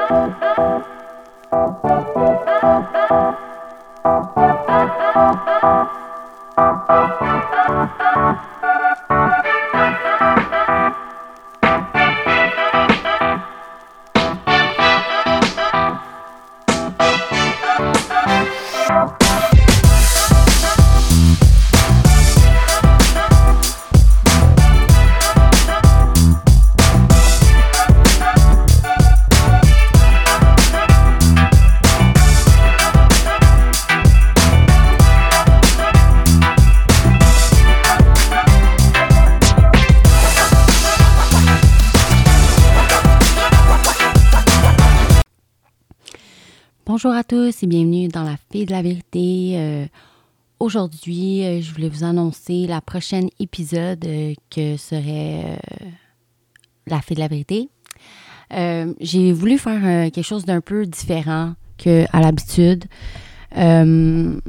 Bonjour à tous et bienvenue dans La Fille de la Vérité. Aujourd'hui, je voulais vous annoncer la prochaine épisode que serait La Fille de la Vérité. J'ai voulu faire quelque chose d'un peu différent qu'à l'habitude. Vous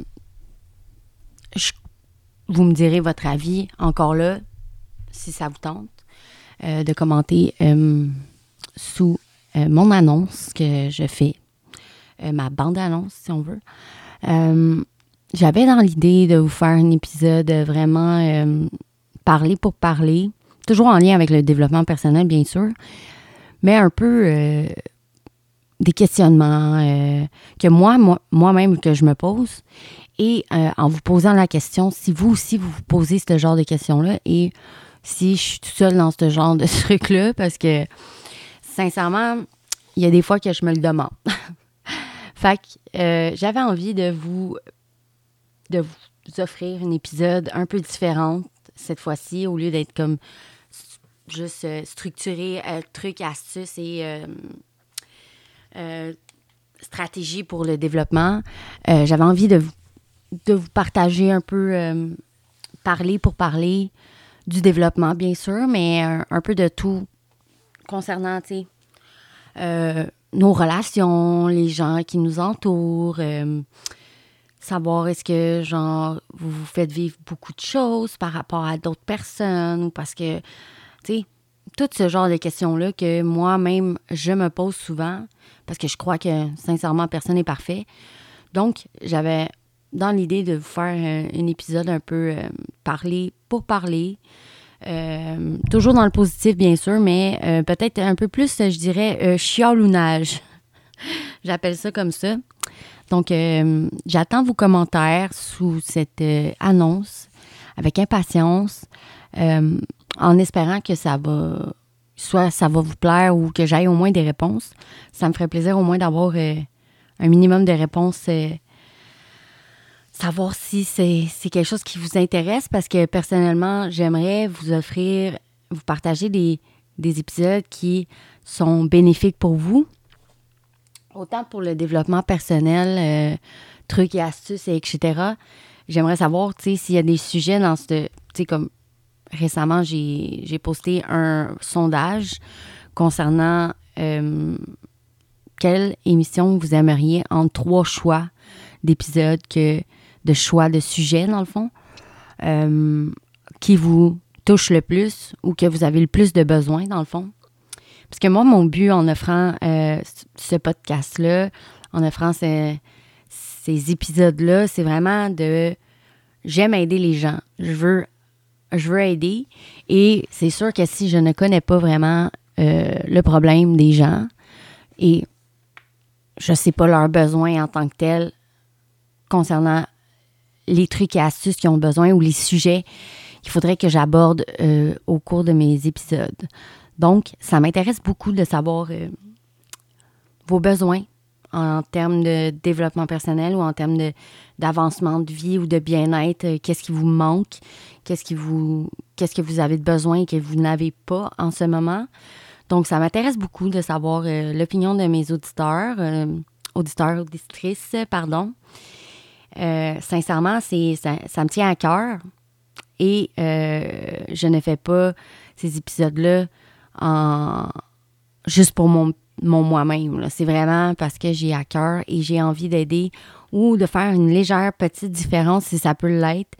me direz votre avis, encore là, si ça vous tente, de commenter sous mon annonce que je fais. Ma bande-annonce, si on veut. J'avais dans l'idée de vous faire un épisode vraiment parler pour parler, toujours en lien avec le développement personnel, bien sûr, mais un peu des questionnements que moi-même que je me pose, et en vous posant la question, si vous aussi vous vous posez ce genre de questions-là, et si je suis toute seule dans ce genre de truc-là, parce que, sincèrement, il y a des fois que je me le demande. Fait que j'avais envie de vous offrir un épisode un peu différent cette fois-ci, au lieu d'être comme juste structuré, trucs, astuces et stratégies pour le développement. J'avais envie de vous partager un peu, parler pour parler du développement, bien sûr, mais un peu de tout concernant, tu sais, nos relations, les gens qui nous entourent, savoir est-ce que, genre, vous vous faites vivre beaucoup de choses par rapport à d'autres personnes, ou parce que, tu sais, tout ce genre de questions-là que moi-même, je me pose souvent, parce que je crois que, sincèrement, personne n'est parfait. Donc, j'avais dans l'idée de vous faire un épisode un peu parler pour parler, toujours dans le positif, bien sûr, mais peut-être un peu plus, je dirais, chialounage. J'appelle ça comme ça. Donc, j'attends vos commentaires sous cette annonce avec impatience, en espérant que ça va vous plaire ou que j'aille au moins des réponses. Ça me ferait plaisir au moins d'avoir un minimum de réponses, savoir si c'est quelque chose qui vous intéresse, parce que personnellement, j'aimerais vous partager des épisodes qui sont bénéfiques pour vous, autant pour le développement personnel, trucs et astuces, etc. J'aimerais savoir, tu sais, s'il y a des sujets dans ce... Tu sais, comme récemment, j'ai posté un sondage concernant quelle émission vous aimeriez entre 3 choix d'épisodes, de choix de sujets, dans le fond, qui vous touche le plus ou que vous avez le plus de besoin, dans le fond. Parce que moi, mon but en offrant ce podcast-là, en offrant ces épisodes-là, c'est vraiment j'aime aider les gens. Je veux aider. Et c'est sûr que si je ne connais pas vraiment le problème des gens et je ne sais pas leurs besoins en tant que tels concernant les trucs et astuces qu'ils ont besoin ou les sujets qu'il faudrait que j'aborde au cours de mes épisodes. Donc, ça m'intéresse beaucoup de savoir vos besoins en termes de développement personnel ou en termes d'avancement de vie ou de bien-être. Qu'est-ce qui vous manque? Qu'est-ce que vous avez de besoin et que vous n'avez pas en ce moment? Donc, ça m'intéresse beaucoup de savoir l'opinion de mes auditrices, pardon. Sincèrement, ça me tient à cœur et je ne fais pas ces épisodes-là juste pour mon moi-même. Là. C'est vraiment parce que j'ai à cœur et j'ai envie d'aider ou de faire une légère petite différence, si ça peut l'être,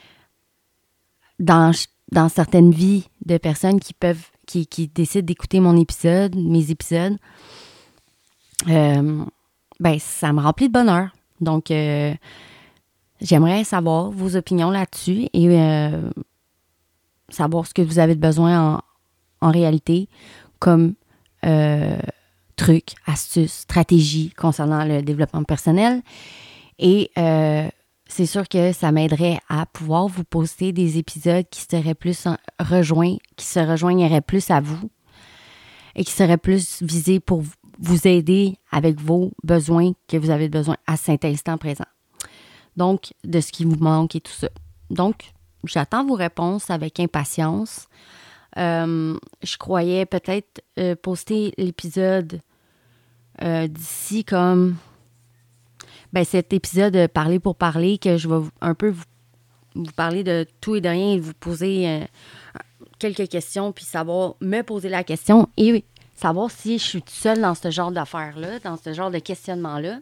dans certaines vies de personnes qui décident d'écouter mes épisodes. ça me remplit de bonheur. Donc, j'aimerais savoir vos opinions là-dessus et savoir ce que vous avez de besoin en réalité comme trucs, astuces, stratégies concernant le développement personnel. Et c'est sûr que ça m'aiderait à pouvoir vous poster des épisodes qui seraient plus qui se rejoigneraient plus à vous et qui seraient plus visés pour vous aider avec vos besoins que vous avez besoin à cet instant présent. Donc, de ce qui vous manque et tout ça. Donc, j'attends vos réponses avec impatience. Je croyais peut-être poster l'épisode d'ici comme cet épisode Parler pour parler, que je vais un peu vous parler de tout et de rien et vous poser quelques questions, puis me poser la question et savoir si je suis toute seule dans ce genre d'affaires-là, dans ce genre de questionnement-là.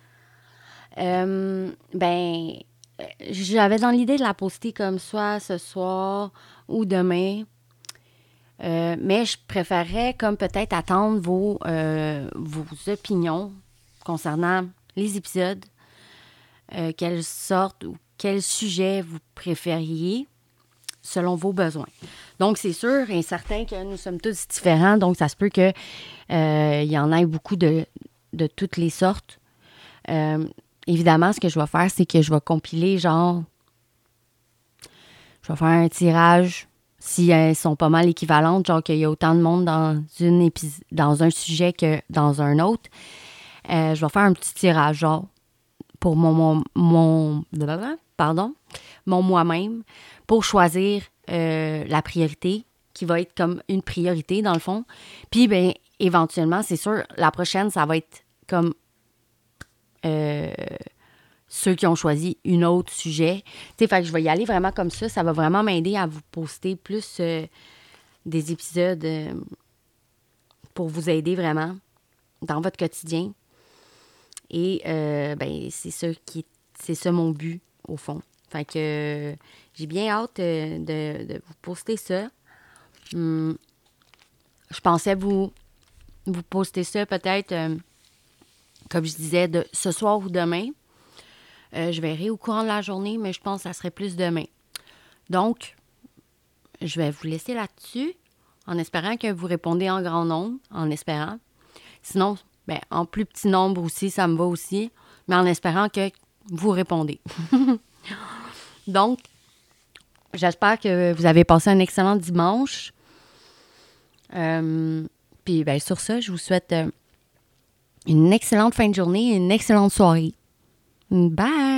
J'avais dans l'idée de la poster comme soit ce soir ou demain. Mais je préférerais comme peut-être attendre vos opinions concernant les épisodes, quelles sortes ou quels sujets vous préfériez selon vos besoins. Donc, c'est sûr et certain que nous sommes tous différents, donc ça se peut qu'il y en ait beaucoup de toutes les sortes. Évidemment, ce que je vais faire, c'est que je vais compiler je vais faire un tirage si elles sont pas mal équivalentes, genre qu'il y a autant de monde dans un sujet que dans un autre. Je vais faire un petit tirage, genre, pour mon moi-même, pour choisir la priorité, qui va être comme une priorité, dans le fond. Puis, éventuellement, c'est sûr, la prochaine, ça va être comme ceux qui ont choisi un autre sujet. Tu sais, fait que je vais y aller vraiment comme ça. Ça va vraiment m'aider à vous poster plus des épisodes pour vous aider vraiment dans votre quotidien. Et c'est ça mon but, au fond. Fait que j'ai bien hâte de vous poster ça. Je pensais vous poster ça peut-être, comme je disais, de ce soir ou demain. Je verrai au courant de la journée, mais je pense que ça serait plus demain. Donc, je vais vous laisser là-dessus, en espérant que vous répondez en grand nombre, en espérant. Sinon, en plus petit nombre aussi, ça me va aussi, mais en espérant que vous répondez. Donc, j'espère que vous avez passé un excellent dimanche. Puis, sur ça, je vous souhaite une excellente fin de journée et une excellente soirée. Bye!